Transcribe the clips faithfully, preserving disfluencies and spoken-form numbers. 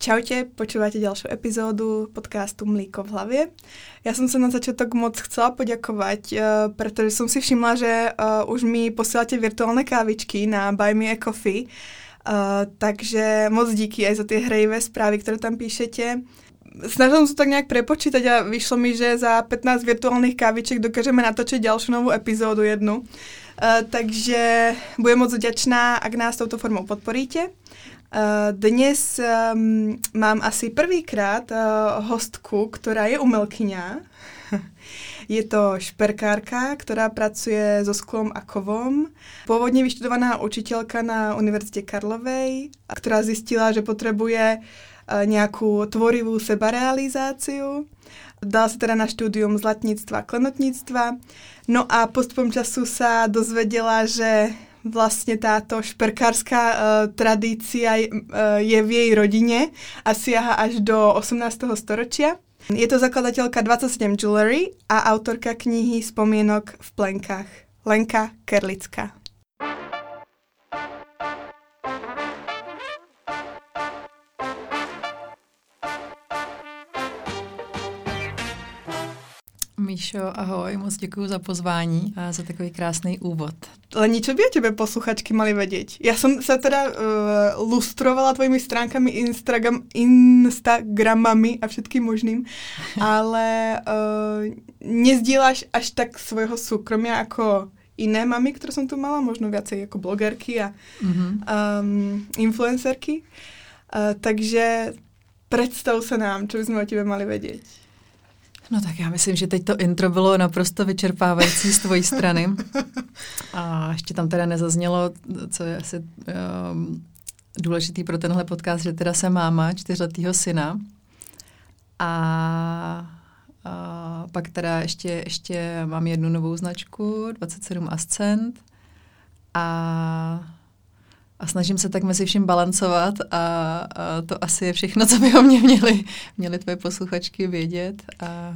Čaute, počúvate ďalšiu epizódu podcastu Mlíko v hlavě. Ja som sa na začiatok moc chcela poďakovať, uh, pretože som si všimla, že uh, už mi posielate virtuálne kávičky na Buy Me a Coffee, uh, takže moc díky aj za tie hrejivé správy, ktoré tam píšete. Snažila som sa tak nejak prepočítať a vyšlo mi, že za pätnásť virtuálnych káviček dokážeme natočiť ďalšiu novú epizódu jednu. Uh, takže budem moc vďačná, ak nás touto formou podporíte. Uh, dnes um, mám asi prvýkrát uh, hostku, ktorá je umelkyňa. Je to šperkárka, ktorá pracuje so sklom a kovom. Pôvodne vyštudovaná učiteľka na Univerzite Karlovej, ktorá zistila, že potrebuje uh, nejakú tvorivú sebarealizáciu. Dala sa teda na štúdium zlatníctva a klenotníctva. No a postupom času sa dozvedela, že vlastne táto šperkárska uh, tradícia uh, je v jej rodine a siaha až do osemnásteho storočia. Je to zakladateľka dvadsaťsedem Jewelry a autorka knihy Spomienok v plenkách. Lenka Kerlická. Míšo, ahoj, moc děkuju za pozvání a za takový krásný úvod. Leni, čo by o tebe posluchačky mali vedieť? Ja som sa teda uh, lustrovala tvojimi stránkami, Instagram, Instagramami a všetkým možným, ale uh, nezdieľaš až tak svojho súkromia ako iné mami, ktoré som tu mala, možno viacej ako blogerky a mm-hmm. um, influencerky. Uh, takže predstav sa nám, čo by sme o tebe mali vedieť. No tak já myslím, že teď to intro bylo naprosto vyčerpávající z tvojí strany. A ještě tam teda nezaznělo, co je asi um, důležitý pro tenhle podcast, že teda jsem máma čtyřletýho syna. A, a pak teda ještě, ještě mám jednu novou značku, dvacet sedm Ascent. A... A snažím se tak mezi vším balancovat a, a to asi je všechno, co by o mě měli, měli tvoje posluchačky vědět. A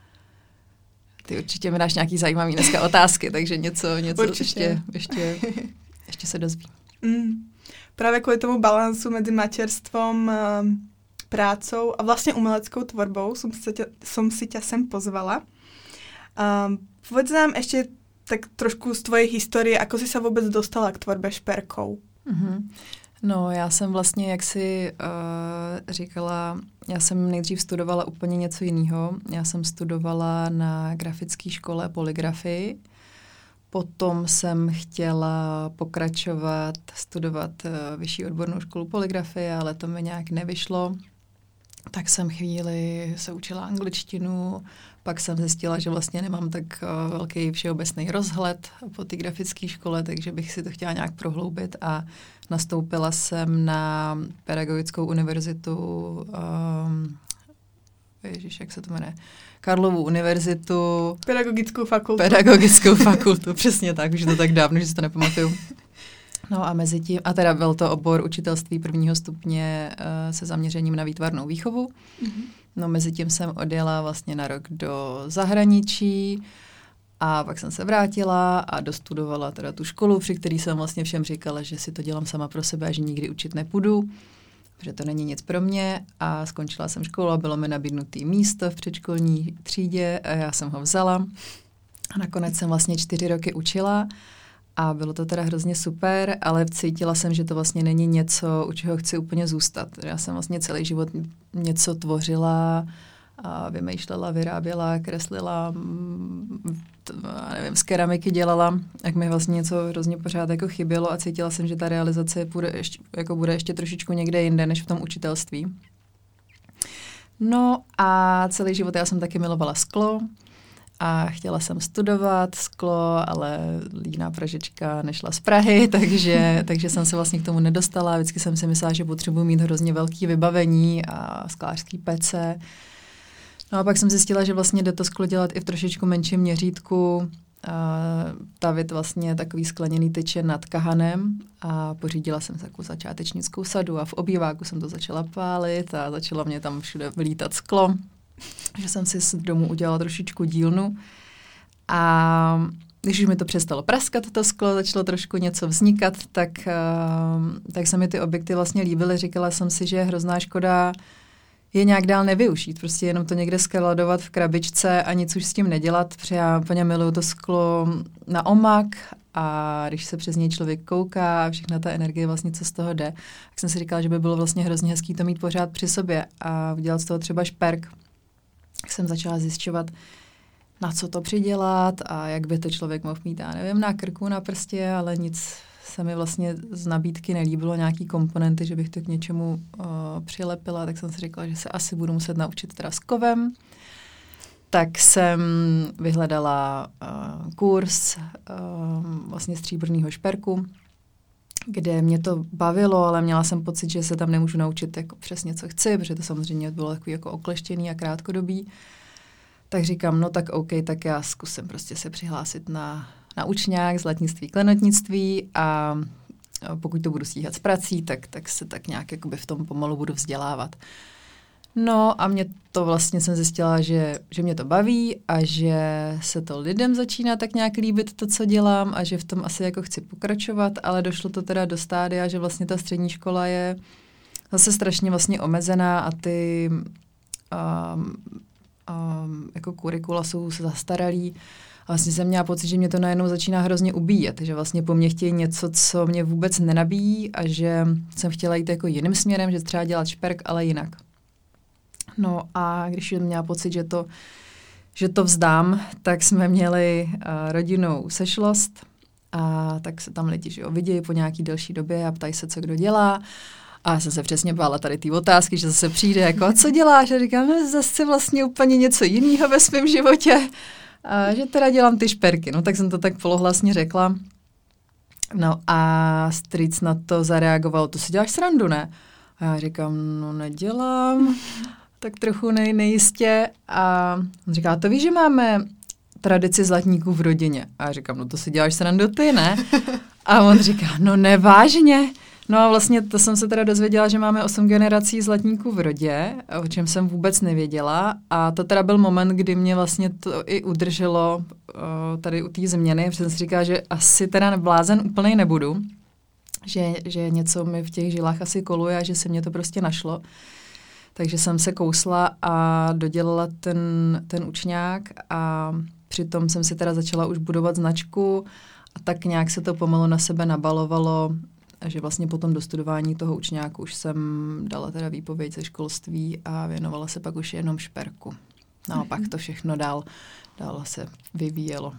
ty určitě mi dáš nějaký zajímavý dneska otázky, takže něco, něco ještě, ještě, ještě se dozvím. Mm. Právě kvůli tomu balansu mezi materstvom, prácou a vlastně umeleckou tvorbou som si tě, som si ťa sem pozvala. Um, povedz nám ještě tak trošku z tvojej historie, ako si sa vůbec dostala k tvorbe šperkou. Mm-hmm. No, já jsem vlastně, jak jsi uh, říkala, já jsem nejdřív studovala úplně něco jiného. Já jsem studovala na grafické škole polygrafii. Potom jsem chtěla pokračovat, studovat uh, vyšší odbornou školu polygrafie, ale to mi nějak nevyšlo. Tak jsem chvíli se učila angličtinu, pak jsem zjistila, že vlastně nemám tak uh, velký všeobecný rozhled po té grafické škole, takže bych si to chtěla nějak prohloubit a nastoupila jsem na Pedagogickou univerzitu, um, ježiš, jak se to jmenuje, Karlovu univerzitu. Pedagogickou fakultu. Pedagogickou fakultu, přesně tak, už je to tak dávno, že si to nepamatuju. No a mezi tím, a teda byl to obor učitelství prvního stupně uh, se zaměřením na výtvarnou výchovu. Mm-hmm. No mezi tím jsem odjela vlastně na rok do zahraničí a pak jsem se vrátila a dostudovala teda tu školu, při který jsem vlastně všem říkala, že si to dělám sama pro sebe a že nikdy učit nepůjdu, že to není nic pro mě a skončila jsem školu a bylo mi nabídnutý místo v předškolní třídě a já jsem ho vzala a nakonec jsem vlastně čtyři roky učila. A bylo to teda hrozně super, ale cítila jsem, že to vlastně není něco, u čeho chci úplně zůstat. Já jsem vlastně celý život něco tvořila a vymýšlela, vyráběla, kreslila, nevím, z keramiky dělala, jak mi vlastně něco hrozně pořád jako chybělo a cítila jsem, že ta realizace bude ještě, jako bude ještě trošičku někde jinde, než v tom učitelství. No a celý život já jsem taky milovala sklo. A chtěla jsem studovat sklo, ale líná Pražička nešla z Prahy, takže, takže jsem se vlastně k tomu nedostala. Vždycky jsem si myslela, že potřebuji mít hrozně velké vybavení a sklářský pece. No a pak jsem zjistila, že vlastně jde to sklo dělat i v trošičku menším měřítku. Tavit vlastně takový skleněný tyče nad kahanem a pořídila jsem si takovou začátečnickou sadu a v obýváku jsem to začala pálit a začalo mě tam všude vylítat sklo. Že jsem si z domu udělala trošičku dílnu a když už mi to přestalo praskat, to sklo, začalo trošku něco vznikat, tak, uh, tak se mi ty objekty vlastně líbily. Říkala jsem si, že je hrozná škoda je nějak dál nevyužít. Prostě jenom to někde skladovat v krabičce a nic už s tím nedělat, protože já úplně miluju to sklo na omak a když se přes něj člověk kouká a všechna ta energie vlastně, co z toho jde, tak jsem si říkala, že by bylo vlastně hrozně hezký to mít pořád při sobě a udělat z toho třeba šperk. Tak jsem začala zjišťovat, na co to přidělat a jak by to člověk mohl mít, já nevím, na krku, na prstě, ale nic se mi vlastně z nabídky nelíbilo, nějaký komponenty, že bych to k něčemu uh, přilepila, tak jsem si říkala, že se asi budu muset naučit teda s kovem. Tak jsem vyhledala uh, kurz uh, vlastně stříbrného šperku, kde mě to bavilo, ale měla jsem pocit, že se tam nemůžu naučit jako přesně, co chci, protože to samozřejmě bylo takový jako okleštěný a krátkodobý. Tak říkám, no tak OK, tak já zkusím prostě se přihlásit na, na učňák, zlatnictví, klenotnictví a pokud to budu stíhat s prací, tak, tak se tak nějak jakoby v tom pomalu budu vzdělávat. No a mě to vlastně jsem zjistila, že, že mě to baví a že se to lidem začíná tak nějak líbit to, co dělám a že v tom asi jako chci pokračovat, ale došlo to teda do stádia, že vlastně ta střední škola je zase strašně vlastně omezená a ty um, um, jako kurikula jsou zastaralý. A vlastně jsem měla pocit, že mě to najednou začíná hrozně ubíjet, že vlastně po mně chtějí něco, co mě vůbec nenabíjí a že jsem chtěla jít jako jiným směrem, že třeba dělat šperk, ale jinak. No a když jsem měla pocit, že to, že to vzdám, tak jsme měli uh, rodinnou sešlost a tak se tam lidi že jo, vidějí po nějaký delší době a ptají se, co kdo dělá. A já jsem se přesně bála tady ty otázky, že zase přijde jako, a co děláš? A říkám, no zase vlastně úplně něco jiného ve svém životě. A že teda dělám ty šperky. No tak jsem to tak polohlasně řekla. No a strýc na to zareagoval, to si děláš srandu, ne? A já říkám, no nedělám. Tak trochu nej, nejistě. A on říká, to víš, že máme tradici zlatníků v rodině. A já říkám, no to si děláš srandu ty, ne? A on říká, no nevážně. No a vlastně to jsem se teda dozvěděla, že máme osm generací zlatníků v rodě, o čem jsem vůbec nevěděla. A to teda byl moment, kdy mě vlastně to i udrželo uh, tady u té změny, protože jsem si říkala, že asi teda blázen úplnej nebudu, že, že něco mi v těch žilách asi koluje a že se mě to prostě našlo. Takže jsem se kousla a dodělala ten, ten učňák a přitom jsem si teda začala už budovat značku a tak nějak se to pomalu na sebe nabalovalo, že vlastně po tom dostudování toho učňáku už jsem dala teda výpověď ze školství a věnovala se pak už jenom šperku. No a pak to všechno dál, dál se vyvíjelo.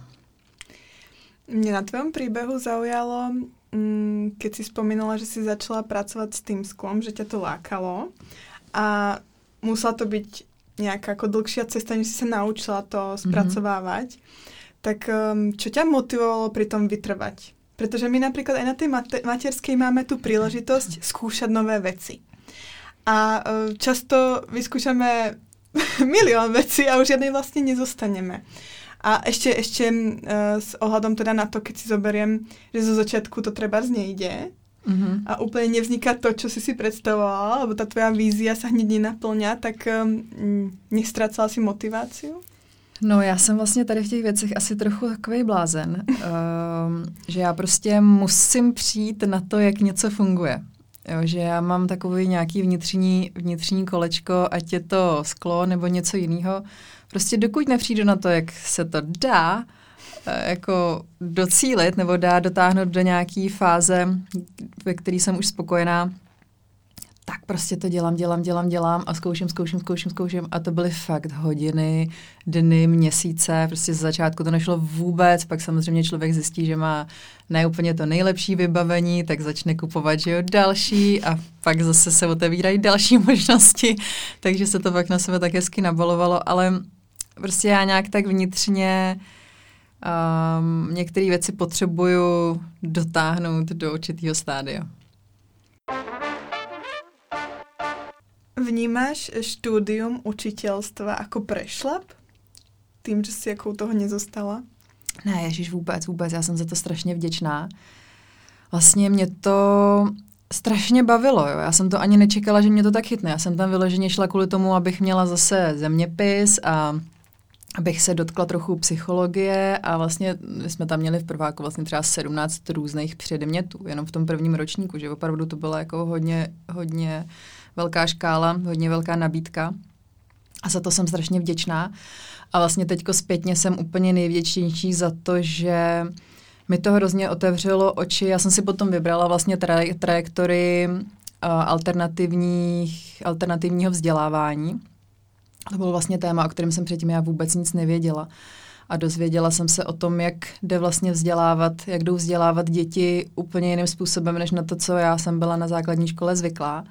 Mě na tvojom príbehu zaujalo, keď si spomínala, že si začala pracovat s tým sklom, že ťa to lákalo a musela to byť nejaká ako dlhšia cesta, než si sa naučila to spracovávať. Mm-hmm. Tak čo ťa motivovalo pri tom vytrvať? Pretože my napríklad aj na tej mater- materskej máme tú príležitosť skúšať nové veci. A často vyskúšame milión vecí a už žiadnej vlastne nezostaneme. A ešte, ešte uh, s ohľadom teda na to, keď si zoberiem, že zo začiatku to trebárs nejde mm-hmm. a úplne nevzniká to, čo si si predstavovala, alebo tá tvoja vízia sa hneď nenaplňa, tak um, nestrácala si motiváciu? No já jsem vlastně tady v těch věcech asi trochu takovej blázen, um, že já prostě musím přijít na to, jak něco funguje. Jo, že já mám takový nějaký vnitřní, vnitřní kolečko, ať je to sklo nebo něco jiného. Prostě dokud nepřijdu na to, jak se to dá jako docílit nebo dá dotáhnout do nějaké fáze, ve které jsem už spokojená, tak prostě to dělám, dělám, dělám, dělám a zkouším, zkouším, zkouším, zkouším a to byly fakt hodiny, dny, měsíce, prostě z začátku to nešlo vůbec, pak samozřejmě člověk zjistí, že má ne úplně to nejlepší vybavení, tak začne kupovat, že jo, další a pak zase se otevírají další možnosti, takže se to pak na sebe tak hezky nabalovalo, ale prostě já nějak tak vnitřně um, některé věci potřebuju dotáhnout do určitého stádia. Vnímáš štúdium učiteľstva ako prešlap? Tým, že si jako u toho nezostala? Ne, ježiš, vůbec, vůbec. Já jsem za to strašně vděčná. Vlastně mě to strašně bavilo, jo. Já jsem to ani nečekala, že mě to tak chytne. Já jsem tam vyloženě šla kvůli tomu, abych měla zase zeměpis a abych se dotkla trochu psychologie a vlastně jsme tam měli v prváku vlastně třeba sedmnáct různých předmětů, jenom v tom prvním ročníku, že opravdu to byla jako hodně, hodně velká škála, hodně velká nabídka a za to jsem strašně vděčná. A vlastně teďko zpětně jsem úplně nejvděčnější za to, že mi to hrozně otevřelo oči. Já jsem si potom vybrala vlastně tra- trajektory uh, alternativních, alternativního vzdělávání. To bylo vlastně téma, o kterém jsem předtím já vůbec nic nevěděla. A dozvěděla jsem se o tom, jak jde vlastně vzdělávat, jak jdou vzdělávat děti úplně jiným způsobem, než na to, co já jsem byla na základní škole zvyklá.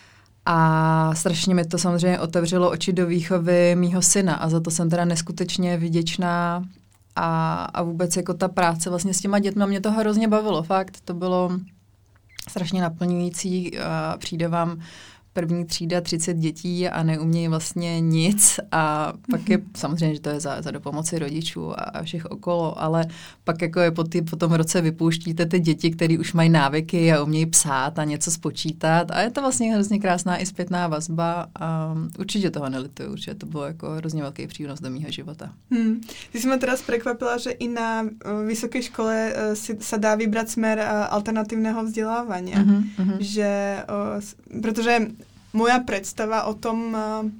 A strašně mi to samozřejmě otevřelo oči do výchovy mýho syna a za to jsem teda neskutečně vděčná a, a vůbec jako ta práce vlastně s těma dětma mě to hrozně bavilo, fakt. To bylo strašně naplňující a přijde vám první třída třicet dětí a neumějí vlastně nic a pak je samozřejmě, že to je za, za dopomoci rodičů a, a všech okolo, ale pak jako je po, tý, po tom roce vypouštíte ty děti, které už mají návyky a umějí psát a něco spočítat a je to vlastně hrozně krásná i zpětná vazba a určitě toho nelituju, že to bylo jako hrozně velký přínos do mýho života. Hmm. Ty jsi mě teraz prekvapila, že i na uh, vysoké škole uh, si, sa dá vybrat smer uh, alternatívneho vzdelávania. Uh-huh, uh-huh. Že, uh, protože moja predstava o tom,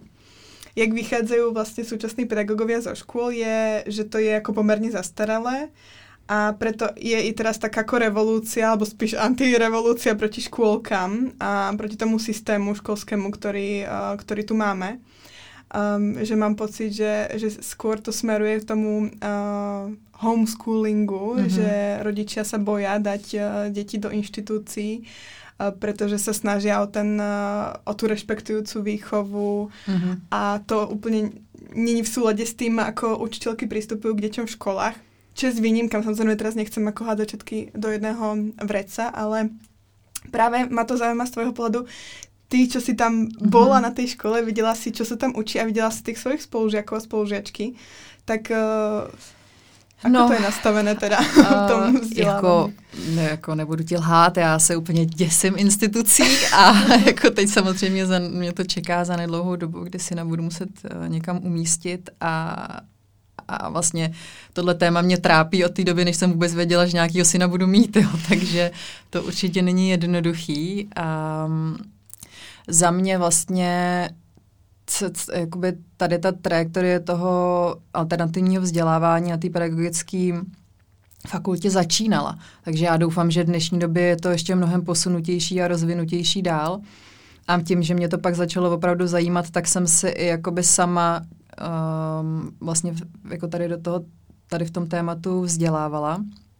jak vychádzajú vlastne súčasní pedagógovia zo škôl, je, že to je ako pomerne zastaralé a preto je i teraz taká ako revolúcia, alebo spíš antirevolúcia proti škôlkam a proti tomu systému školskému, ktorý, ktorý tu máme. Um, že mám pocit, že, že skôr to smeruje k tomu uh, homeschoolingu, mm-hmm. že rodičia sa boja dať uh, deti do inštitúcií, pretože sa snažia o, ten, o tú rešpektujúcu výchovu uh-huh. a to úplne není v súlade s tým, ako učiteľky pristupujú k deťom v školách. Čo s výnimkám, samozrejme teraz nechcem ako hádať všetky do jedného vreca, ale práve ma to zaujíma z tvojho pohľadu. Ty, čo si tam bola uh-huh. na tej škole, videla si, čo sa tam učí a videla si tých svojich spolužiakov a spolužiačky, tak... Uh, Ako no, to je nastavené teda v tom vzdělávání? Jako, ne, jako nebudu ti lhát, já se úplně děsím institucí a jako teď samozřejmě za, mě to čeká za nedlouhou dobu, kdy si nebudu muset uh, někam umístit a, a vlastně tohle téma mě trápí od té doby, než jsem vůbec věděla, že nějakýho syna budu mít, jo, takže to určitě není jednoduchý. Um, za mě vlastně jakoby tady ta trajektorie toho alternativního vzdělávání na té pedagogické fakultě začínala. Takže já doufám, že v dnešní době je to ještě mnohem posunutější a rozvinutější dál. A tím, že mě to pak začalo opravdu zajímat, tak jsem si i jakoby sama um, vlastně jako tady do toho, tady v tom tématu vzdělávala.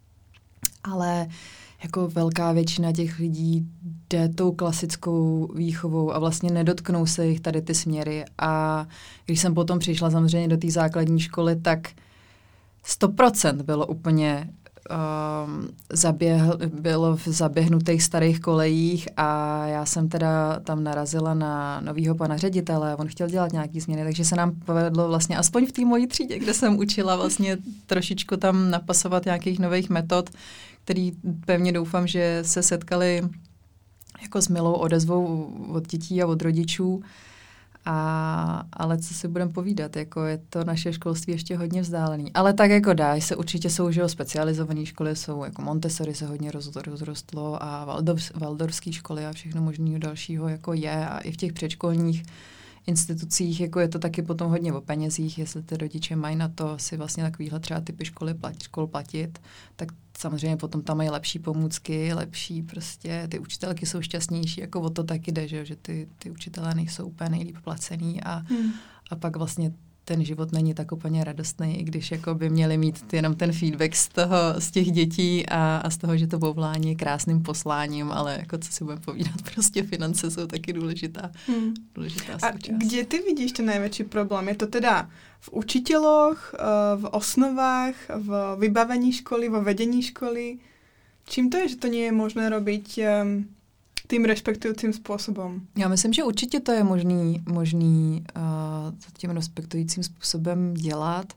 Ale jako velká většina těch lidí jde tou klasickou výchovou a vlastně nedotknou se jich tady ty směry. A když jsem potom přišla samozřejmě do té základní školy, tak sto procent bylo úplně um, zaběhl, bylo v zaběhnutých starých kolejích a já jsem teda tam narazila na novýho pana ředitele, on chtěl dělat nějaký změny, takže se nám povedlo vlastně aspoň v té mojí třídě, kde jsem učila vlastně trošičku tam napasovat nějakých nových metod, který pevně doufám, že se setkali jako s milou odezvou od dětí a od rodičů. A, ale co si budeme povídat, jako je to naše školství ještě hodně vzdálený. Ale tak jako dá, se určitě jsou, že specializované školy, jsou jako Montessori se hodně roz, rozrostlo a Waldorf, Waldorfské školy a všechno možného dalšího jako je a i v těch předškolních institucích, jako je to taky potom hodně o penězích, jestli ty rodiče mají na to si vlastně takovýhle třeba typy školy platit, škol platit, tak samozřejmě potom tam mají lepší pomůcky, lepší prostě, ty učitelky jsou šťastnější, jako o to taky jde, že, že ty, ty učitelé nejsou úplně nejlíp placený a, hmm. a pak vlastně ten život není tak úplně radostný, i když jako by měli mít jenom ten feedback z toho, z těch dětí a, a z toho, že to povolání je krásným posláním, ale jako co si budeme povídat, prostě finance jsou taky důležitá, hmm. důležitá součást. A kde ty vidíš ten největší problém? Je to teda v učiteľoch, v osnovách, v vybavení školy, vo vedení školy? Čím to je, že to nie je možné robiť um, tým respektujícím způsobem? Já myslím, že určitě to je možný, možný uh, tím respektujícím způsobem dělat.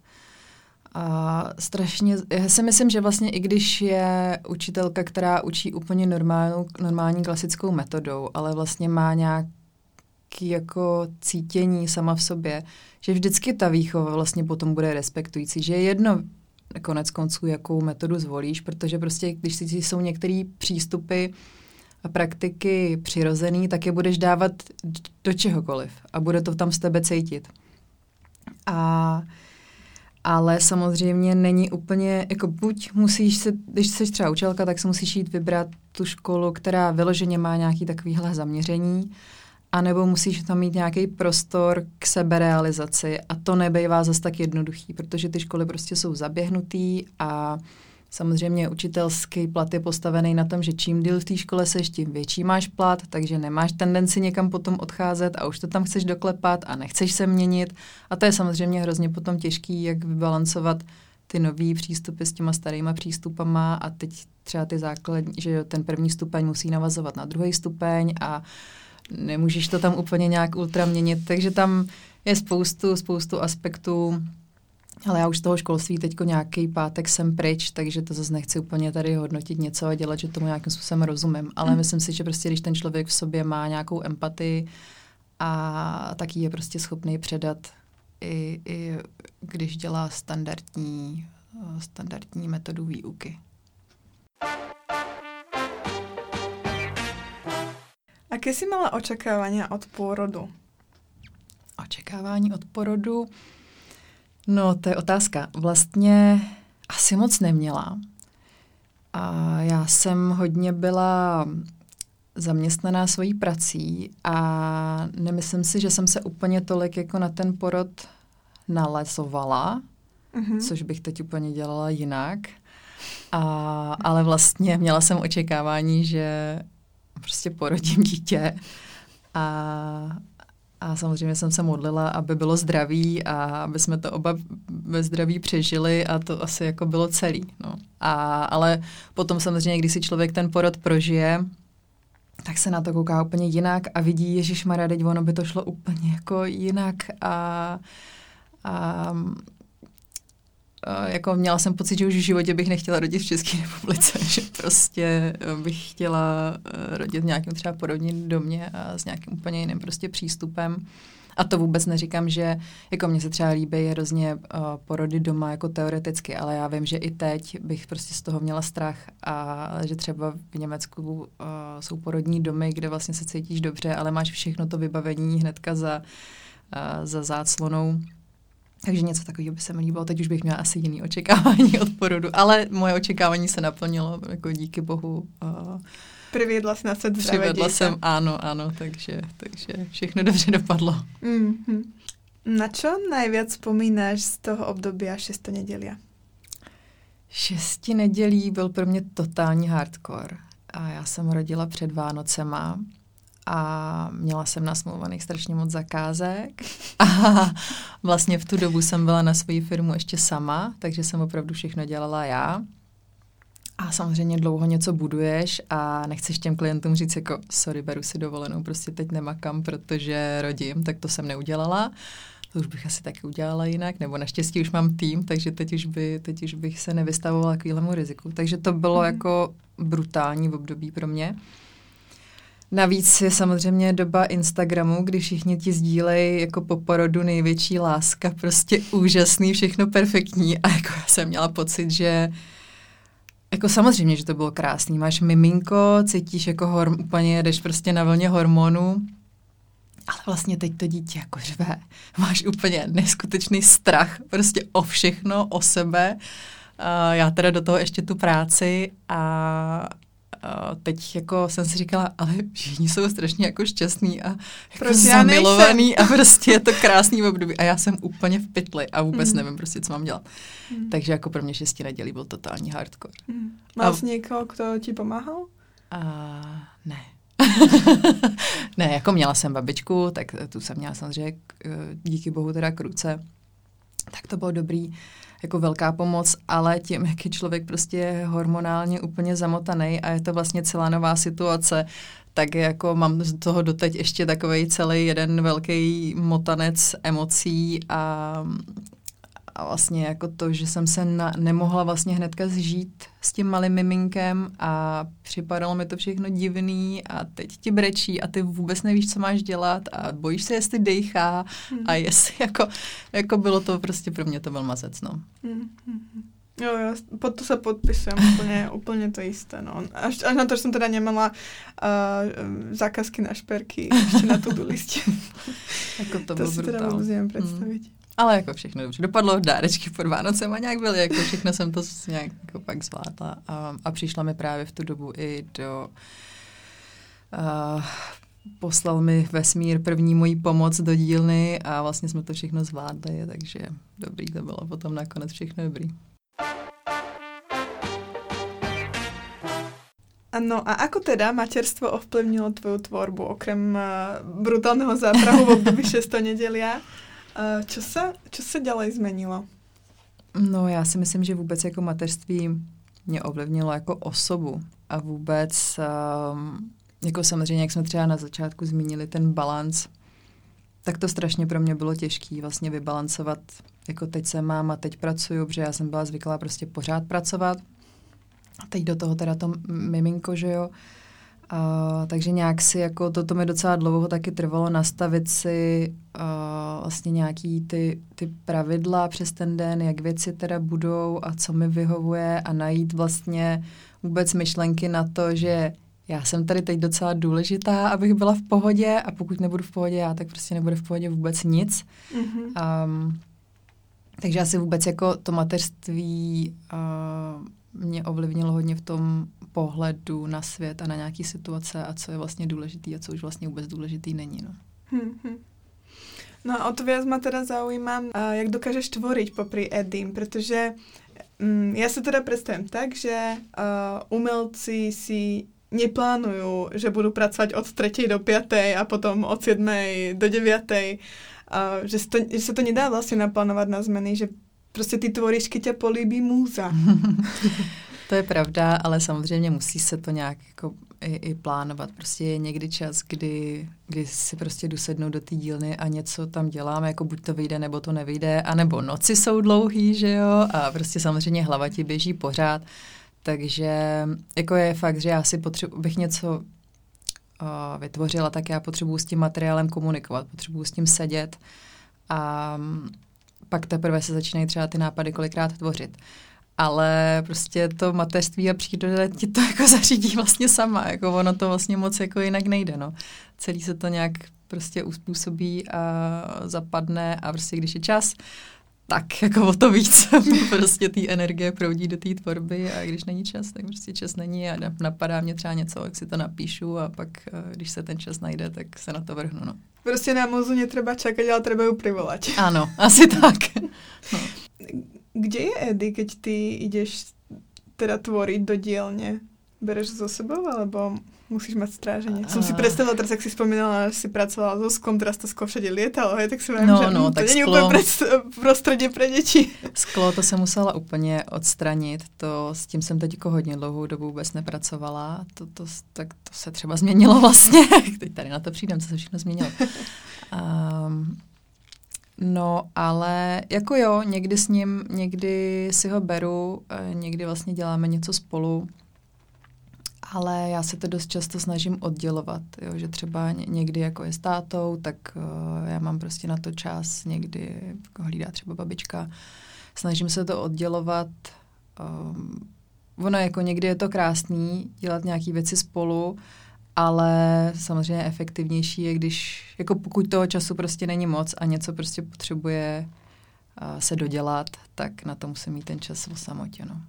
A strašně, já si myslím, že vlastně i když je učitelka, která učí úplně normálnou, normální klasickou metodou, ale vlastně má nějaký taky jako cítění sama v sobě, že vždycky ta výchova vlastně potom bude respektující, že je jedno konec konců, jakou metodu zvolíš, protože prostě, když si jsou některé přístupy a praktiky přirozený, tak je budeš dávat do čehokoliv a bude to tam z tebe cítit. A ale samozřejmě není úplně, jako buď musíš se, když jsi třeba učitelka, tak se musíš jít vybrat tu školu, která vyloženě má nějaký takovýhle zaměření, anebo musíš tam mít nějaký prostor k seberealizaci a to nebejvá zas tak jednoduchý, protože ty školy prostě jsou zaběhnutý a samozřejmě učitelský plat je postavený na tom, že čím díl v té škole seš, tím větší máš plat, takže nemáš tendenci někam potom odcházet a už to tam chceš doklepat a nechceš se měnit. A to je samozřejmě hrozně potom těžký, jak vybalancovat ty nový přístupy s těma starýma přístupama a teď třeba ty základní, že ten první stupeň musí navazovat na druhý stupeň a nemůžeš to tam úplně nějak ultra měnit, takže tam je spoustu, spoustu aspektů. Ale já už z toho školství teďko nějaký pátek jsem pryč, takže to zase nechci úplně tady hodnotit něco a dělat, že tomu nějakým způsobem rozumím. Ale mm. myslím si, že prostě když ten člověk v sobě má nějakou empatii a taky je prostě schopný předat i, i když dělá standardní, standardní metodu výuky. Aké jsi mala očekávání od pôrodu? Očekávání od porodu? No, to je otázka. Vlastně asi moc neměla. A já jsem hodně byla zaměstnaná svojí prací a nemyslím si, že jsem se úplně tolik jako na ten porod nalezovala, mm-hmm. což bych teď úplně dělala jinak. A, ale vlastně měla jsem očekávání, že prostě porodím dítě a A samozřejmě jsem se modlila, aby bylo zdraví a aby jsme to oba ve zdraví přežili a to asi jako bylo celý. No. A, ale potom samozřejmě, když si člověk ten porod prožije, tak se na to kouká úplně jinak a vidí, ježišmarja, teď ono by to šlo úplně jako jinak a, a jako měla jsem pocit, že už v životě bych nechtěla rodit v České republice, že prostě bych chtěla rodit v nějakém třeba porodním domě a s nějakým úplně jiným prostě přístupem. A to vůbec neříkám, že jako mně se třeba líbí hrozně uh, porody doma jako teoreticky, ale já vím, že i teď bych prostě z toho měla strach a že třeba v Německu uh, jsou porodní domy, kde vlastně se cítíš dobře, ale máš všechno to vybavení hnedka za, uh, za záclonou. Takže něco takového by se mi líbilo. Teď už bych měla asi jiný očekávání od porodu, ale moje očekávání se naplnilo, jako díky bohu. Uh, Přivedla jsi na svět zdravé Přivedla jsem, ano, ano, takže, takže všechno dobře dopadlo. Mm-hmm. Na čo najviac vzpomínáš z toho období šesti nedělia? Šesti nedělí byl pro mě totální hardcore. A já jsem rodila před Vánocema a měla jsem nasmluvaných strašně moc zakázek a vlastně v tu dobu jsem byla na svoji firmu ještě sama, takže jsem opravdu všechno dělala já. A samozřejmě dlouho něco buduješ a nechceš těm klientům říct jako sorry, beru si dovolenou, prostě teď nemakám, protože rodím, tak to jsem neudělala. To už bych asi taky udělala jinak, nebo naštěstí už mám tým, takže teď už, by, teď už bych se nevystavovala takovému riziku. Takže to bylo mm. jako brutální období pro mě. Navíc je samozřejmě doba Instagramu, kdy všichni ti sdílejí jako po porodu největší láska, prostě úžasný, všechno perfektní a jako já jsem měla pocit, že jako samozřejmě, že to bylo krásný. Máš miminko, cítíš jako horm, úplně jedeš prostě na vlně hormonů, ale vlastně teď to dítě jako řve. Máš úplně neskutečný strach prostě o všechno, o sebe. Uh, já teda do toho ještě tu práci a Uh, teď jako jsem si říkala, ale všichni jsou strašně jako šťastný a jako zamilovaný a prostě je to krásný období a já jsem úplně v pytli a vůbec mm. nevím prostě, co mám dělat. Mm. Takže jako pro mě šesti nedělí byl totální hardcore. Mm. Mal jsi někoho, kdo ti pomáhal? Uh, ne. Ne, jako měla jsem babičku, tak tu jsem měla samozřejmě díky bohu teda k ruce. Tak to bylo dobrý, jako velká pomoc, ale tím, jak je člověk prostě hormonálně úplně zamotaný a je to vlastně celá nová situace, tak jako mám z toho doteď ještě takovej celý jeden velký motanec emocí a, a vlastně jako to, že jsem se na, nemohla vlastně hnedka zžít s tím malým miminkem a připadalo mi to všechno divný a teď ti brečí a ty vůbec nevíš, co máš dělat a bojíš se, jestli dejchá hmm. a jestli jako, jako bylo to prostě pro mě to byl mazec, no. Hmm. Jo, jo, pod to sa podpisujem, úplne, úplne to isté, no. Až, až na to, že som teda nemala uh, zákazky na šperky ešte na to-do liste. Jako to, to bylo si brutál. Teda vůbec nevím představit. Hmm. Ale jako všechno dobře. Dopadlo, dárečky pod Vánocem a nějak byly, jako všechno jsem to nějak jako pak zvládla. A, a přišla mi právě v tu dobu i do... Uh, poslal mi vesmír první moji pomoc do dílny a vlastně jsme to všechno zvládli, takže dobrý to bylo potom nakonec všechno dobrý. No a ako teda materstvo ovplyvnilo tvoju tvorbu, okrem uh, brutálneho záprahu v období šesto nedelia? Uh, čo sa, čo sa ďalej zmenilo? No já si myslím, že vůbec jako mateřství mě ovlivnilo jako osobu a vůbec, um, jako samozřejmě, jak jsme třeba na začátku zmínili ten balanc, tak to strašně pro mě bylo těžké vlastně vybalancovat, jako teď jsem máma, teď pracuju, protože já jsem byla zvyklá prostě pořád pracovat. A teď do toho teda to miminko, že jo. A, takže nějak si, jako toto mi docela dlouho taky trvalo nastavit si a, vlastně nějaký ty, ty pravidla přes ten den, jak věci teda budou a co mi vyhovuje a najít vlastně vůbec myšlenky na to, že já jsem tady teď docela důležitá, abych byla v pohodě a pokud nebudu v pohodě já, tak prostě nebude v pohodě vůbec nic. Mm-hmm. Um, takže asi vůbec jako to mateřství uh, mě ovlivnilo hodně v tom pohledu na svět a na nějaký situace a co je vlastně důležitý a co už vlastně vůbec důležitý není. No, mm-hmm. No a o to viac ma teda zaujíma, uh, jak dokážeš tvoriť popri Eddym, pretože um, ja sa teda predstavím tak, že uh, umelci si neplánujú, že budú pracovať od tretej do piatej a potom od siedmej do deviatej. Uh, že, to, že sa to nedá vlastne naplánovať na zmeny, že prostě ty tvoríš, keď ťa políbí múza. To je pravda, ale samozřejmě musí se to nějak jako i, i plánovat. Prostě je někdy čas, kdy, kdy si prostě jdu sednout do té dílny a něco tam dělám, jako buď to vyjde, nebo to nevyjde, anebo noci jsou dlouhý, že jo, a prostě samozřejmě hlava ti běží pořád. Takže jako je fakt, že já si potřebuji, bych něco uh, vytvořila, tak já potřebuji s tím materiálem komunikovat, potřebuji s tím sedět a um, pak teprve se začínají třeba ty nápady kolikrát tvořit. Ale prostě to mateřství a příroda ti to jako zařídí vlastně sama, jako ono to vlastně moc jako jinak nejde, no. Celý se to nějak prostě uspůsobí a zapadne a prostě když je čas, tak jako o to víc prostě té energie proudí do té tvorby a když není čas, tak prostě čas není a napadá mě třeba něco, jak si to napíšu a pak, když se ten čas najde, tak se na to vrhnu, no. Prostě na muzu netreba čakať, ale treba ju privolať. Áno, asi tak. No. Kde je Eddy, keď ty ideš teda tvoriť do dielne? Bereš so sebou, alebo musíš mať stráženie? A... Som si predstavila teraz, jak si spomínala, že si pracovala so sklom, teraz to sklo všade lietalo, hej, tak si viem, no, že no, to tak není sklo... úplně prostředí pre děti. Sklo to se musela úplně odstranit, to s tím jsem teď jako hodně dlouhou dobu vůbec nepracovala, to, to, tak to se třeba změnilo vlastně, teď tady na to přijdem, co se všechno změnilo. Um, no, ale jako jo, někdy s ním, někdy si ho beru, někdy vlastně děláme něco spolu, ale já se to dost často snažím oddělovat, jo, že třeba někdy jako je s tátou, tak uh, já mám prostě na to čas, někdy jako hlídá třeba babička. Snažím se to oddělovat. Um, ono jako někdy je to krásný dělat nějaké věci spolu, ale samozřejmě efektivnější je, když, jako pokud toho času prostě není moc a něco prostě potřebuje uh, se dodělat, tak na to musím mít ten čas o samotě, no.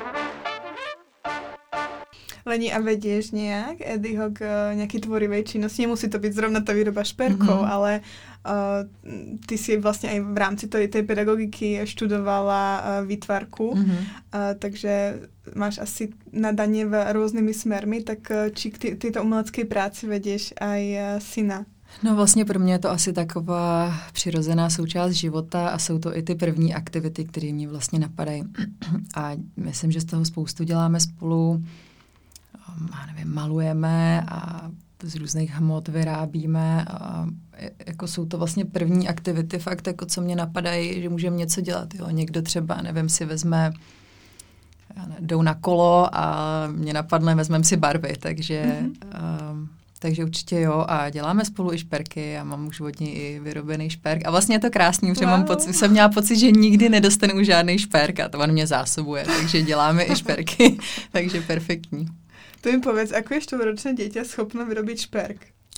Leni, a vedieš nejak Eddyho k uh, nejakej tvorivej činnosti? Nemusí to byť zrovna tá výroba šperkov, mm-hmm. ale uh, ty si vlastne aj v rámci tej, tej pedagogiky študovala uh, výtvarku, mm-hmm. uh, takže máš asi nadanie v rôznymi smermi, tak uh, či k tejto umeleckej práci vedieš aj uh, syna? No vlastně pro mě je to asi taková přirozená součást života a jsou to i ty první aktivity, které mě vlastně napadají. A myslím, že z toho spoustu děláme spolu. Já nevím, malujeme a z různých hmot vyrábíme a jako jsou to vlastně první aktivity, fakt jako co mě napadají, že můžeme něco dělat. Jo. Někdo třeba, nevím, si vezme, ne, jdou na kolo a mě napadne, vezmeme si barvy, takže, mm-hmm. um, takže určitě jo a děláme spolu i šperky a mám už od ní i vyrobený šperk a vlastně je to krásný, protože wow. mám pocit, jsem měla pocit, že nikdy nedostanu žádný šperk a to on mě zásobuje, takže děláme i šperky, takže perfektní. To mi povedz, ako je štvoročné dieťa schopné vyrobiť šperk?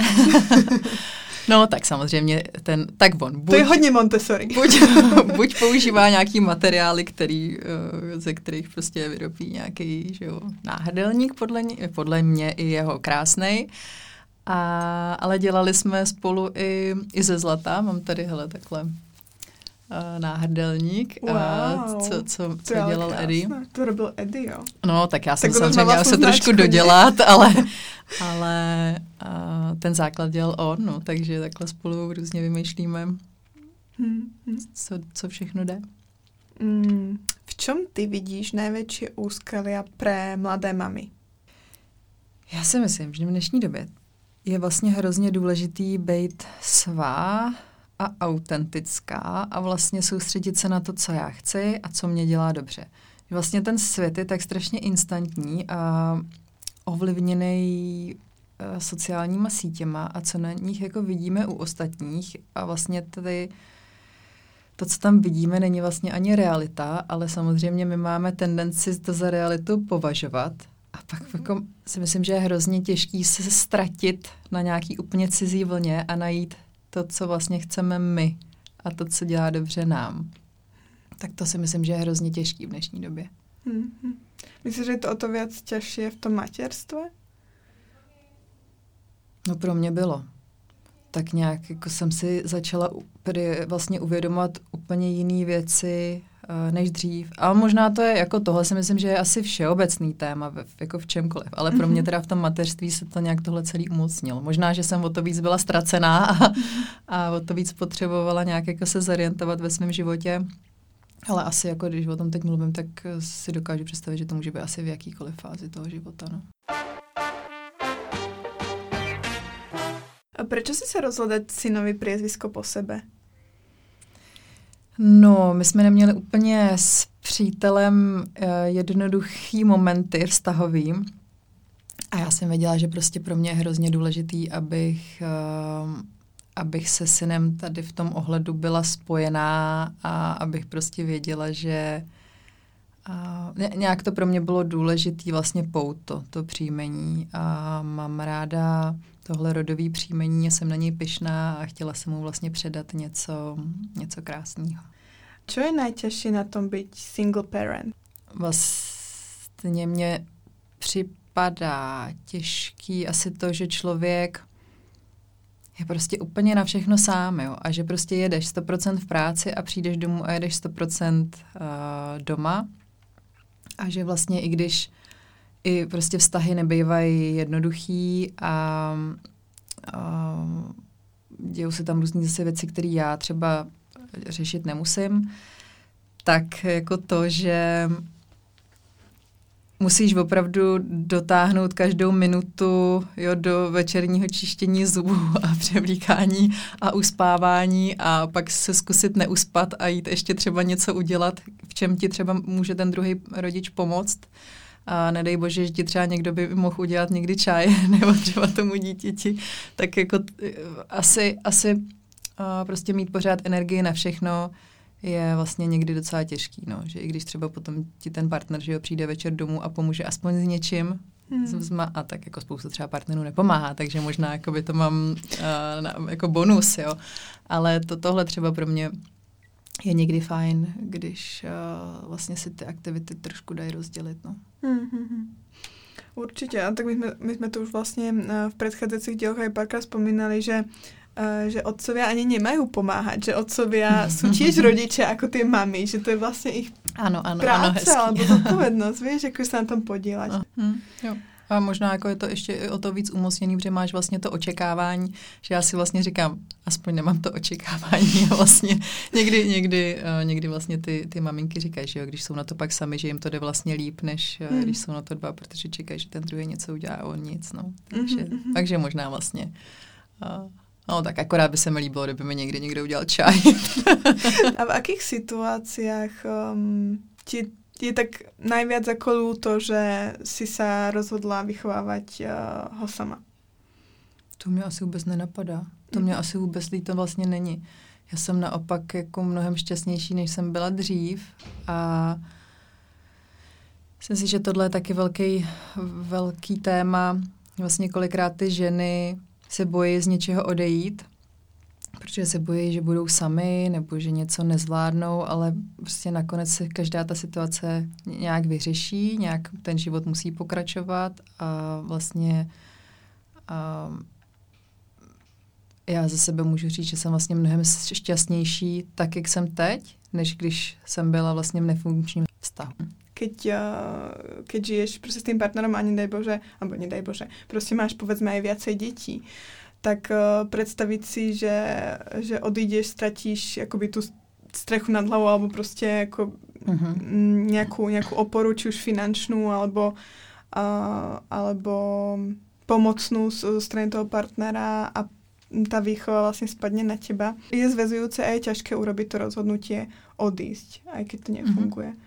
No, tak samozřejmě ten, tak on. Buď, to je hodně Montessori. Buď, buď používá nějaký materiály, který, ze kterých prostě vyrobí nějaký, že jo, náhrdelník, podle, podle mě i jeho krásnej. A, ale dělali jsme spolu i, i ze zlata. Mám tady, hele, takhle náhrdelník, wow. a co, co, co dělal krásné. Eddie. To robil Eddie, jo? No, tak já jsem tak samozřejmě měla se trošku dodělat, ale, ale a ten základ dělal on, no, takže takhle spolu různě vymýšlíme, hmm. co, co všechno jde. Hmm. V čom ty vidíš největší úskalia pre mladé mamy? Já si myslím, že v dnešní době je vlastně hrozně důležitý být svá a autentická a vlastně soustředit se na to, co já chci a co mě dělá dobře. Vlastně ten svět je tak strašně instantní a ovlivněný uh, sociálníma sítěma a co na nich jako vidíme u ostatních a vlastně tady to, co tam vidíme, není vlastně ani realita, ale samozřejmě my máme tendenci to za realitu považovat a pak jako si myslím, že je hrozně těžký se ztratit na nějaký úplně cizí vlně a najít to, co vlastně chceme my a to, co dělá dobře nám. Tak to si myslím, že je hrozně těžký v dnešní době. Mm-hmm. Myslíš, že je to o to víc těžší v tom materstve? No pro mě bylo. Tak nějak jako jsem si začala vlastně uvědomovat úplně jiné věci než dřív. Ale možná to je jako tohle si myslím, že je asi všeobecný téma v, jako v čemkoliv. Ale pro mě teda v tom mateřství se to nějak tohle celý umocnilo. Možná, že jsem o to víc byla ztracená a, a o to víc potřebovala nějak jako se zorientovat ve svém životě. Ale asi jako když o tom teď mluvím, tak si dokážu představit, že to může být asi v jakýkoliv fázi toho života. No. A prečo si se rozhodla dať synovi priezvisko po sebe? No, my jsme neměli úplně s přítelem uh, jednoduchý momenty vztahový a já jsem věděla, že prostě pro mě je hrozně důležitý, abych, uh, abych se synem tady v tom ohledu byla spojená a abych prostě věděla, že uh, nějak to pro mě bylo důležitý vlastně pouto, to příjmení a mám ráda tohle rodový příjmení, jsem na něj pyšná a chtěla jsem mu vlastně předat něco, něco krásného. Co je nejtěžší na tom být single parent? Vlastně mně připadá těžký asi to, že člověk je prostě úplně na všechno sám, jo? A že prostě jedeš sto procent v práci a přijdeš domů a jedeš sto procent uh, doma a že vlastně i když i prostě vztahy nebývají jednoduchý a, a dějou se tam různý zase věci, které já třeba řešit nemusím, tak jako to, že musíš opravdu dotáhnout každou minutu jo, do večerního čištění zubů a převlíkání a uspávání a pak se zkusit neuspat a jít ještě třeba něco udělat, v čem ti třeba může ten druhý rodič pomoct. A nedej bože, že ti třeba někdo by mohl udělat někdy čaj nebo třeba tomu dítěti, tak jako t- asi, asi uh, prostě mít pořád energii na všechno je vlastně někdy docela těžký, no, že i když třeba potom ti ten partner, že jo, přijde večer domů a pomůže aspoň s něčím, hmm. a tak jako spousta třeba partnerů nepomáhá, takže možná jako by to mám uh, na, jako bonus, jo, ale to, tohle třeba pro mě je někdy fajn, když uh, vlastně si ty aktivity trošku dají rozdělit, no. Mm-hmm. Určitě, a tak my jsme, my jsme to už vlastně uh, v predchádzajúcich dieloch aj párkrát spomínali, že Uh, že otcovia ani nemajú pomáhať, že otcovia sú tiež rodičia ako tie mami, že to je vlastne ich ano, ano, práca ano, alebo zodpovednosť, vieš, ako sa na tom podieľať. Uh, hm, jo. A možná jako je to ještě i o to víc umocněný, protože máš vlastně to očekávání, že já si vlastně říkám, aspoň nemám to očekávání a vlastně někdy, někdy, uh, někdy vlastně ty, ty maminky říkají, že jo, když jsou na to pak sami, že jim to jde vlastně líp, než uh, hmm. když jsou na to dva, protože čekají, že ten druhý něco udělá a on nic, no. Takže, mm-hmm. takže možná vlastně... Uh, No, tak akorát by se mi líbilo, kdyby mi někdy někdo udělal čaj. A v akých situáciách um, ti je tak najviac ako ľúto, že si sa rozhodla vychovávať uh, ho sama? To mě asi vůbec nenapadá. To mě mm. asi vůbec líto vlastně není. Já jsem naopak jako mnohem šťastnější, než jsem byla dřív a myslím si, že tohle je taky velký, velký téma. Vlastně kolikrát ty ženy se bojí z něčeho odejít, protože se bojí, že budou sami nebo že něco nezvládnou, ale prostě nakonec se každá ta situace nějak vyřeší, nějak ten život musí pokračovat a vlastně a já za sebe můžu říct, že jsem vlastně mnohem šťastnější tak, jak jsem teď, než když jsem byla vlastně v nefunkčním vztahu. Keď, keď žiješ prostě s tým partnerom a nedaj Bože, alebo nedaj Bože, prostě máš povedzme aj viacej detí, tak uh, predstaviť si, že, že odídeš, stratíš akoby tú strechu nad hlavou alebo prostě ako uh-huh. nejakú, nejakú oporu, či už finančnú alebo, uh, alebo pomocnú zo strany toho partnera a tá výchova vlastne spadne na teba. Je zväzujúce a je ťažké urobiť to rozhodnutie odísť, aj keď to nefunguje. Uh-huh.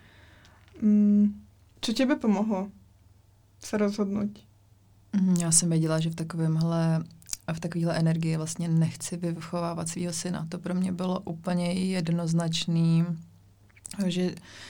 Co tebe pomohlo se rozhodnout? Já jsem věděla, že v takovémhle a v takovéhle energii vlastně nechci vychovávat svého syna. To pro mě bylo úplně jednoznačný, že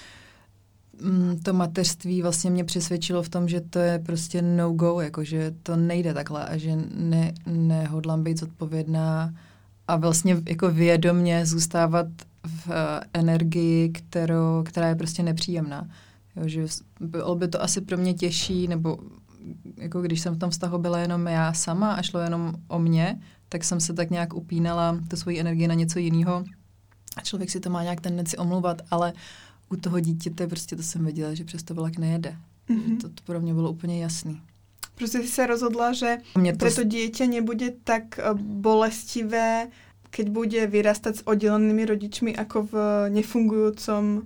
to mateřství vlastně mě přesvědčilo v tom, že to je prostě no-go, jakože to nejde takhle a že ne, nehodlám být zodpovědná a vlastně jako vědomě zůstávat v uh, energii, kterou, která je prostě nepříjemná. Jo, že bylo by to asi pro mě těžší, nebo jako když jsem v tom vztahu byla jenom já sama a šlo jenom o mě, tak jsem se tak nějak upínala tu svoji energii na něco jiného. A člověk si to má nějak tendenci omlouvat, ale u toho dítěte prostě to jsem věděla, že přes to vlak nejede. Mm-hmm. To, to pro mě bylo úplně jasný. Prostě si se rozhodla, že to... pre to dieťa nebude tak bolestivé, keď bude vyrastať s oddělenými rodičmi, ako v nefungujúcom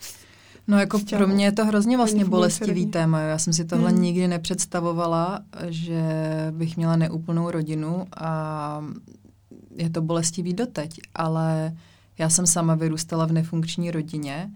No jako vzťahu. Pro mě je to hrozně vlastně bolestivý téma. Já jsem si tohle hmm. nikdy nepředstavovala, že bych měla neúplnou rodinu a je to bolestivý doteď, ale já jsem sama vyrůstala v nefunkční rodině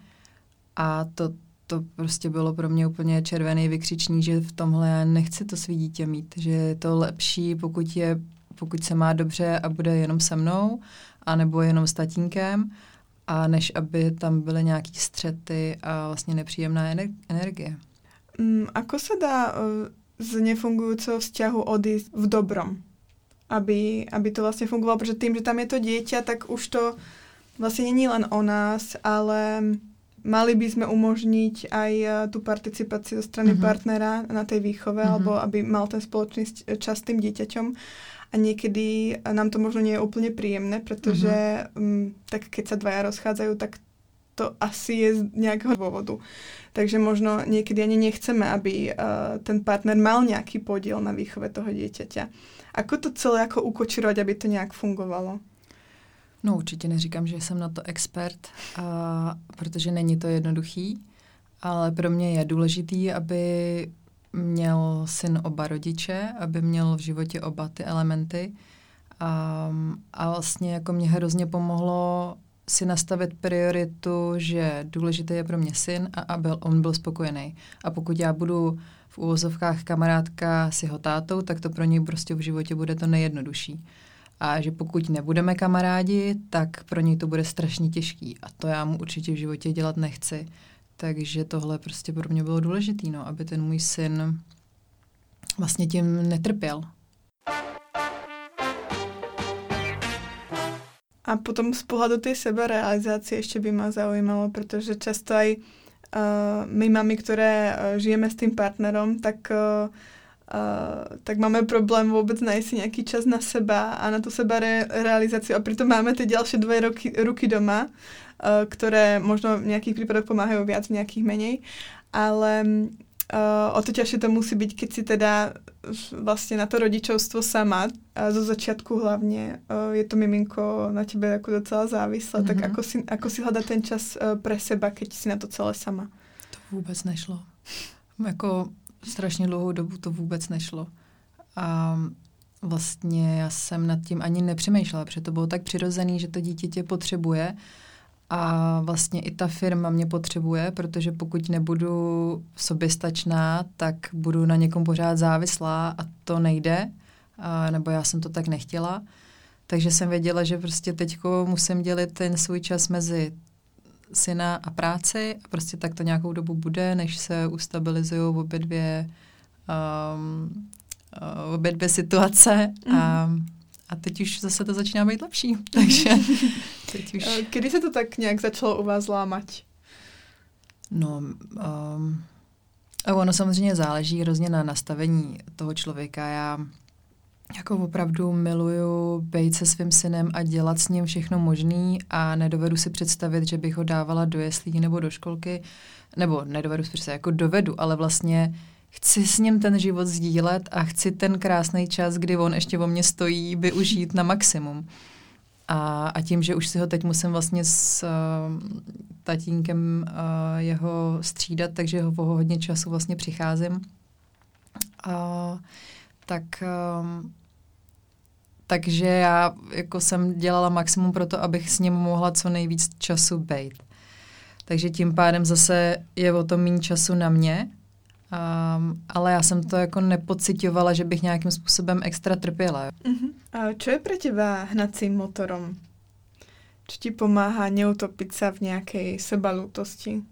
a to, to prostě bylo pro mě úplně červený vykřičník, že v tomhle já nechci to svý dítě mít, že je to lepší, pokud, je, pokud se má dobře a bude jenom se mnou, anebo jenom s tatínkem, a než aby tam byly nějaký střety a vlastně nepříjemná energie. Mm, ako sa dá uh, z nefungujúceho vzťahu odísť v dobrom? Aby, aby to vlastne fungovalo, protože tým, že tam je to dieťa, tak už to vlastne není len o nás, ale mali by sme umožniť aj tú participáciu zo strany mm-hmm. partnera na tej výchove, mm-hmm. alebo aby mal ten spoločný čas s tým dieťaťom. A niekedy nám to možno nie je úplne príjemné, pretože mm-hmm. um, tak keď sa dvaja rozchádzajú, tak to asi je z nejakého dôvodu. Takže možno niekedy ani nechceme, aby uh, ten partner mal nejaký podiel na výchove toho dieťaťa. Ako to celé ako ukočirovať, aby to nejak fungovalo? No určitě neříkám, že jsem na to expert, a, protože není to jednoduchý, ale pro mě je důležitý, aby měl syn oba rodiče, aby měl v životě oba ty elementy. A, a vlastně jako mě hrozně pomohlo si nastavit prioritu, že důležitý je pro mě syn a aby on byl spokojený. A pokud já budu v úvozovkách kamarádka s jeho tátou, tak to pro něj prostě v životě bude to nejjednodušší. A že pokud nebudeme kamarádi, tak pro něj to bude strašně těžký. A to já mu určitě v životě dělat nechci. Takže tohle prostě pro mě bylo důležitý, no, aby ten můj syn vlastně tím netrpěl. A potom z pohľadu tej sebarealizácie ešte by ma zaujímalo, pretože často aj uh, my mami, ktoré uh, žijeme s tým partnerom, tak, uh, uh, tak máme problém vôbec nájsť si nejaký čas na seba a na tú sebarealizáciu. A pritom máme tie ďalšie dve ruky, ruky doma, uh, ktoré možno v nejakých prípadoch pomáhajú viac, v nejakých menej. Ale Uh, o to ťažšie to musí byť, keď si teda vlastne na to rodičovstvo sama. A zo začiatku hlavne uh, je to miminko na tebe jako docela závislé. Mm-hmm. Tak ako si, ako si hľadať ten čas uh, pre seba, keď si na to celé sama? To vůbec nešlo. Jako strašně dlouhou dobu to vůbec nešlo. A vlastně já jsem nad tím ani nepřemýšlela, protože to bylo tak přirozený, že to dítě tě potřebuje. A vlastně i ta firma mě potřebuje, protože pokud nebudu soběstačná, tak budu na někom pořád závislá a to nejde, a, nebo já jsem to tak nechtěla. Takže jsem věděla, že prostě teďko musím dělit ten svůj čas mezi syna a práci a prostě tak to nějakou dobu bude, než se ustabilizují obě dvě, um, obě dvě situace a mm. A teď už zase to začíná být lepší, takže teď už... Kdy se to tak nějak začalo u vás lámať? No, um, ono samozřejmě záleží hrozně na nastavení toho člověka. Já jako opravdu miluju být se svým synem a dělat s ním všechno možný a nedovedu si představit, že bych ho dávala do jeslí nebo do školky, nebo nedovedu si představit, jako dovedu, ale vlastně chci s ním ten život sdílet a chci ten krásný čas, kdy on ještě o mě stojí, využít na maximum. A, a tím, že už si ho teď musím vlastně s uh, tatínkem uh, jeho střídat, takže ho o hodně času vlastně přicházím. Uh, tak, uh, takže já jako jsem dělala maximum pro to, abych s ním mohla co nejvíc času bejt. Takže tím pádem zase je o tom méně času na mě, Um, ale já jsem to jako nepocitovala, že bych nějakým způsobem extra trpěla. Uh-huh. A čo je pre teba hnacím motorom? Čo ti pomáhá neutopit se v nějaké sebalútosti?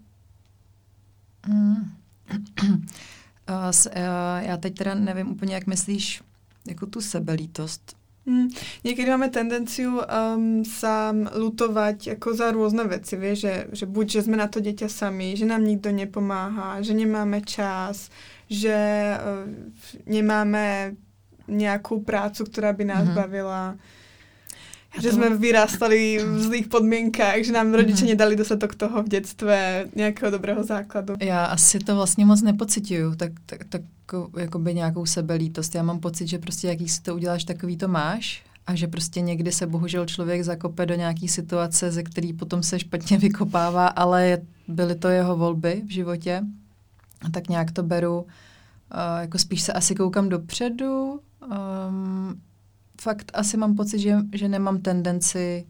Mm. uh, s, uh, já teď teda nevím úplně, jak myslíš jako tu sebelítost. Mm. Niekedy máme tendenciu um, sa lutovať ako za rôzne veci, vieš, že, že buď, že sme na to dieťa sami, že nám nikto nepomáha, že nemáme čas, že uh, nemáme nejakú prácu, ktorá by nás mm-hmm. bavila, ja že to... sme vyrástali v zlých podmienkách, že nám rodiče mm-hmm. nedali dostatok toho v detstve, nejakého dobrého základu. Já asi to vlastně moc nepocituju, tak, tak, tak jakoby nějakou sebelítost. Já mám pocit, že prostě jaký si to uděláš, takový to máš a že prostě někdy se bohužel člověk zakope do nějaký situace, ze který potom se špatně vykopává, ale byly to jeho volby v životě. A tak nějak to beru, uh, jako spíš se asi koukám dopředu. Um, fakt asi mám pocit, že, že nemám tendenci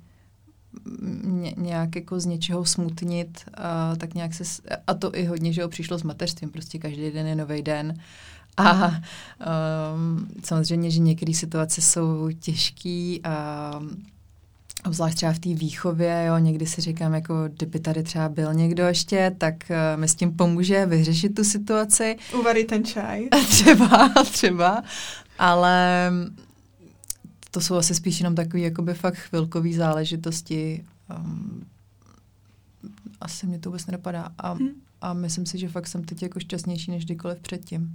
ně, nějak jako z něčeho smutnit, a tak nějak se, a to i hodně, že ho přišlo s mateřstvím, prostě každý den je nový den. A um, samozřejmě, že některé situace jsou těžký a obzvlášť třeba v té výchově, jo, někdy si říkám, jako kdyby tady třeba byl někdo ještě, tak uh, mi s tím pomůže vyřešit tu situaci. Uvarí ten čaj. Třeba, třeba, ale to jsou asi spíš jenom takové jakoby fakt chvilkové záležitosti. Um, asi mě to vůbec nedopadá. A, hmm. a myslím si, že fakt jsem teď jako šťastnější než kdykoliv předtím.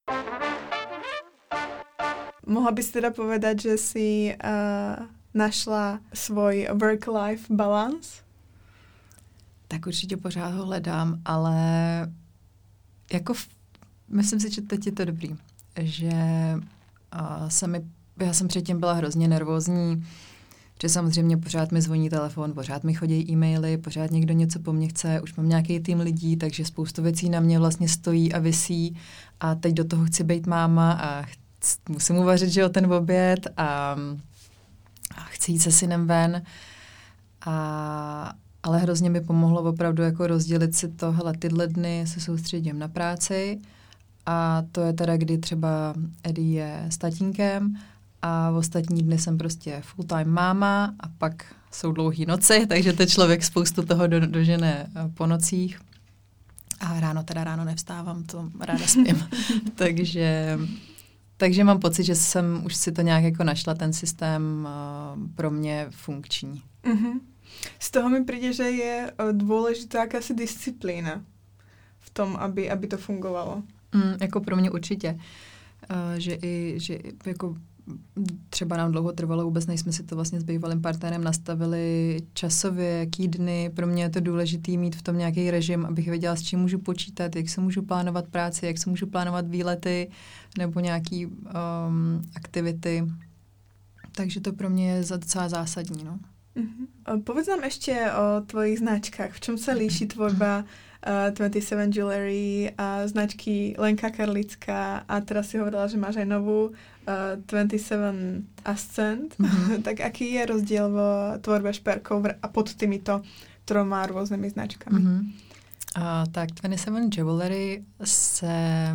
Mohla bys teda povedať, že si uh, našla svoj work-life balance? Tak určitě pořád ho hledám, ale jako v, myslím si, že teď je to dobrý. Že uh, se mi Já jsem předtím byla hrozně nervózní, že samozřejmě pořád mi zvoní telefon, pořád mi chodí e-maily, pořád někdo něco po mně chce, už mám nějaký tým lidí, takže spoustu věcí na mě vlastně stojí a visí a teď do toho chci být máma a chci, musím uvařit, že jo, ten oběd a, a chci jít se synem ven. A, ale hrozně mi pomohlo opravdu jako rozdělit si to, hele, tyhle dny se soustředím na práci a to je teda, kdy třeba Eddie je s tatínkem a v ostatní dny jsem prostě full-time máma a pak jsou dlouhý noci, takže ten člověk spoustu toho do, dožene po nocích. A ráno teda ráno nevstávám, to ráda spím. takže, takže mám pocit, že jsem už si to nějak jako našla, ten systém uh, pro mě funkční. Mm-hmm. Z toho mi přijde, že je důležitá jakási disciplína v tom, aby, aby to fungovalo. Mm, jako pro mě určitě. Uh, že i že jako třeba nám dlouho trvalo, vůbec nejsme si to vlastně s bývalým partnerem nastavili časově, jaký dny. Pro mě je to důležité mít v tom nějaký režim, abych věděla, s čím můžu počítat, jak se můžu plánovat práci, jak se můžu plánovat výlety nebo nějaký um, aktivity. Takže to pro mě je docela zásadní, no. Uh-huh. Povedz nám ještě o tvojich značkách. V čem se líší tvorba uh, dvacet sedm Jewelry a značky Lenka Karlická a teraz si hovorila, že máš aj novú uh, dvacet sedm Ascent. Mm-hmm. Tak aký je rozdíl v tvorbe šperkov a pod týmito troma různými značkami? Mm-hmm. Uh, tak dvacet sedm Jewelry se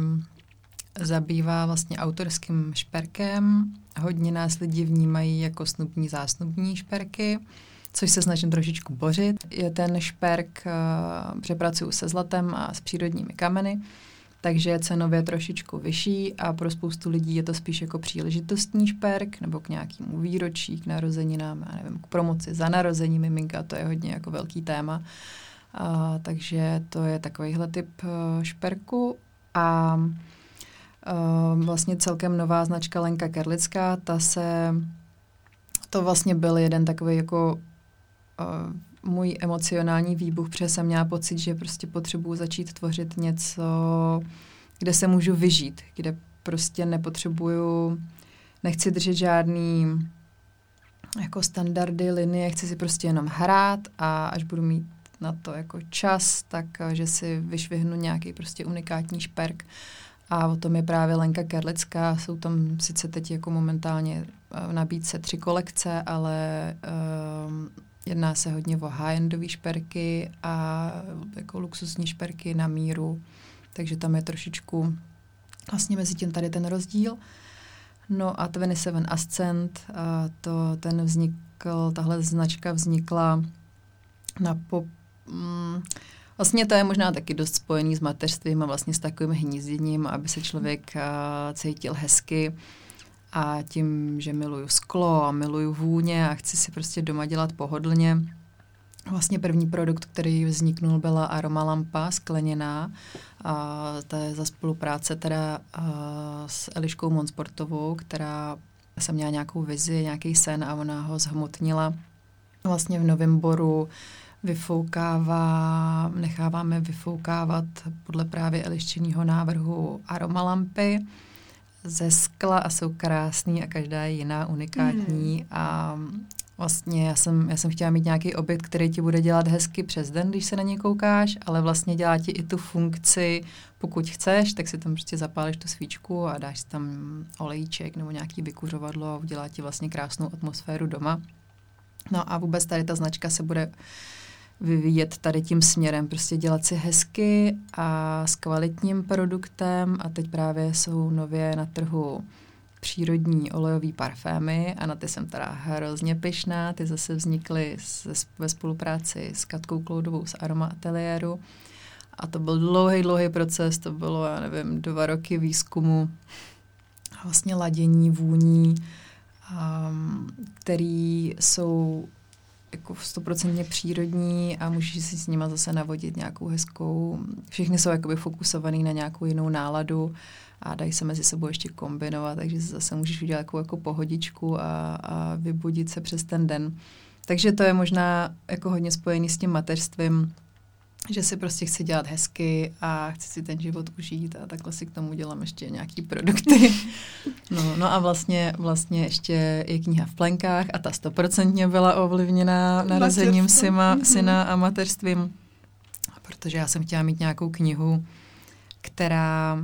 zabývá vlastně autorským šperkem. Hodně nás lidi vnímají jako snubní zásnubní šperky, což se snažím trošičku bořit. Je ten šperk, uh, přepracuju se zlatem a s přírodními kameny, takže je cenově trošičku vyšší a pro spoustu lidí je to spíš jako příležitostní šperk nebo k nějakému výročí, k narozeninám, já nevím, k promoci za narození miminka, to je hodně jako velký téma. Uh, takže to je takovýhle typ uh, šperku a Uh, vlastně celkem nová značka Lenka Karlická, ta se, to vlastně byl jeden takový jako uh, můj emocionální výbuch, protože jsem měla pocit, že prostě potřebuji začít tvořit něco, kde se můžu vyžít, kde prostě nepotřebuju, nechci držet žádný jako standardy, linie, chci si prostě jenom hrát a až budu mít na to jako čas, tak že si vyšvihnu nějaký prostě unikátní šperk. A o tom je právě Lenka Karlická. Jsou tam sice teď jako momentálně v nabídce tři kolekce, ale um, jedná se hodně o high-endové šperky a jako luxusní šperky na míru. Takže tam je trošičku vlastně mezi tím tady ten rozdíl. No a dvacet sedm Ascent, a to ten vznikl, tahle značka vznikla na pop... Mm, Vlastně to je možná taky dost spojený s mateřstvím a vlastně s takovým hnízděním, aby se člověk uh, cítil hezky a tím, že miluju sklo a miluju vůně a chci si prostě doma dělat pohodlně. Vlastně první produkt, který vzniknul, byla aromalampa skleněná. A to je za spolupráce teda uh, s Eliškou Monsportovou, která jsem měla nějakou vizi, nějaký sen a ona ho zhmotnila. Vlastně v Novém Boru vyfoukává, necháváme vyfoukávat podle právě Eliščinýho návrhu aromalampy ze skla a jsou krásný a každá je jiná, unikátní mm. a vlastně já jsem, já jsem chtěla mít nějaký objekt, který ti bude dělat hezky přes den, když se na něj koukáš, ale vlastně dělá ti i tu funkci, pokud chceš, tak si tam prostě zapálíš tu svíčku a dáš si tam olejček nebo nějaký vykuřovadlo a udělá ti vlastně krásnou atmosféru doma. No a vůbec tady ta značka se bude vyvíjet tady tím směrem, prostě dělat si hezky a s kvalitním produktem a teď právě jsou nově na trhu přírodní olejové parfémy a na ty jsem teda hrozně pyšná, ty zase vznikly ve spolupráci s Katkou Kloudovou z Aroma Ateliéru a to byl dlouhý, dlouhý proces, to bylo, já nevím, dva roky výzkumu, vlastně ladění, vůní, um, který jsou jako stoprocentně přírodní a můžeš si s nima zase navodit nějakou hezkou, všechny jsou jakoby fokusovaný na nějakou jinou náladu a dají se mezi sebou ještě kombinovat, takže zase můžeš udělat takovou jako pohodičku a, a vybudit se přes ten den. Takže to je možná jako hodně spojený s tím mateřstvím, že si prostě chci dělat hezky a chci si ten život užít a takhle si k tomu dělám ještě nějaký produkty. No, no a vlastně, vlastně ještě je kniha v plenkách a ta stoprocentně byla ovlivněna narozením syna, syna a mateřstvím, protože já jsem chtěla mít nějakou knihu, která,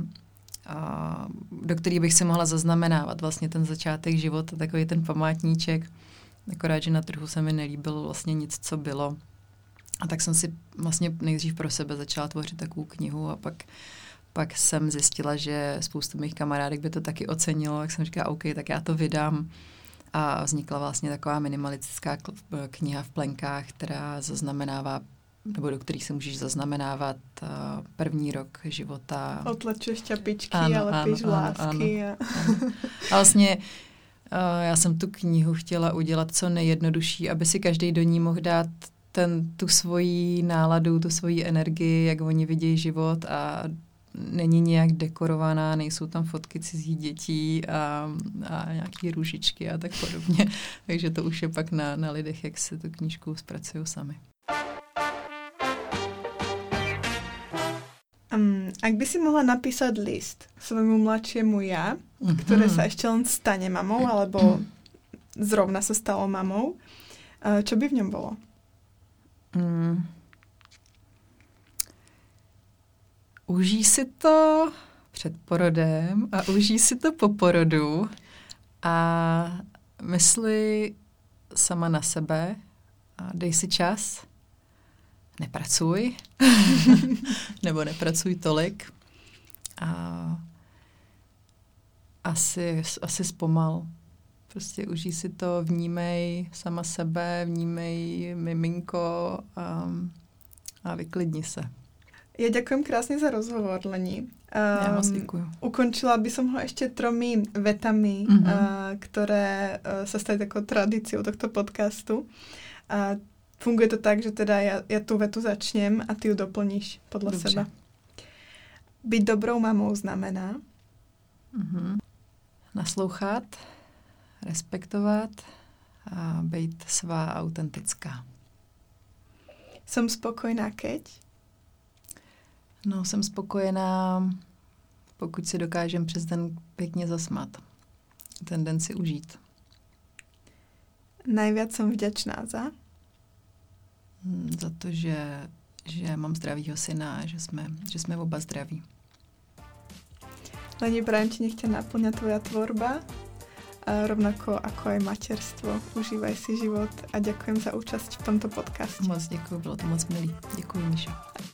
a, do které bych si mohla zaznamenávat vlastně ten začátek života, takový ten památníček. Akorát, že na trhu se mi nelíbilo vlastně nic, co bylo. A tak jsem si vlastně nejdřív pro sebe začala tvořit takovou knihu a pak, pak jsem zjistila, že spoustu mých kamarádek by to taky ocenilo, tak jsem říkala, OK, tak já to vydám. A vznikla vlastně taková minimalistická kniha v plenkách, která zaznamenává, nebo do kterých si můžeš zaznamenávat uh, první rok života. Otlačuješ čapičky a lepíš vlásky. A... a vlastně uh, já jsem tu knihu chtěla udělat co nejjednodušší, aby si každý do ní mohl dát ten, tu svoji náladu, tu svoji energii, jak oni vidějí život a není nějak dekorovaná, nejsou tam fotky cizích dětí a, a nějaký růžičky a tak podobně. Takže to už je pak na, na lidech, jak se tu knížku zpracují sami. Um, ak by si mohla napísať list svojmu mladšiemu ja, mm-hmm. ktoré sa ešte len stane mamou, alebo zrovna sa stalo mamou, uh, čo by v ňom bolo? Mm. Užij si to před porodem a užij si to po porodu a mysli sama na sebe a dej si čas. Nepracuj, nebo nepracuj tolik a asi, asi zpomal. Prostě užij si to, vnímej sama sebe, vnímej miminko a, a vyklidni se. Ja ďakujem krásne za rozhovor, Leni. Um, ja moc děkuju. Ukončila by som ho ešte tromi vetami, mm-hmm. uh, ktoré uh, sa stali takou tradíciou tohto podcastu. A uh, funguje to tak, že teda ja, ja tú vetu začnem a ty ju doplníš podľa Dobře. Seba. Byť dobrou mamou znamená? Mm-hmm. Naslouchat, respektovat a být svá autentická. Som spokojná, keď? No, jsem spokojená, pokud si dokážem přes den pěkně zasmát. Ten den si užít. Najviac som vďačná za? Za to, že, že mám zdravýho syna a že jsme, že jsme oba zdraví. Leni, prajem ti, nech ťa naplňa tvoja tvorba, a rovnako ako aj materstvo. Užívaj si život a ďakujem za účasť v tomto podcaste. Moc děkuji, bylo to moc milý. Děkuji, Míšo.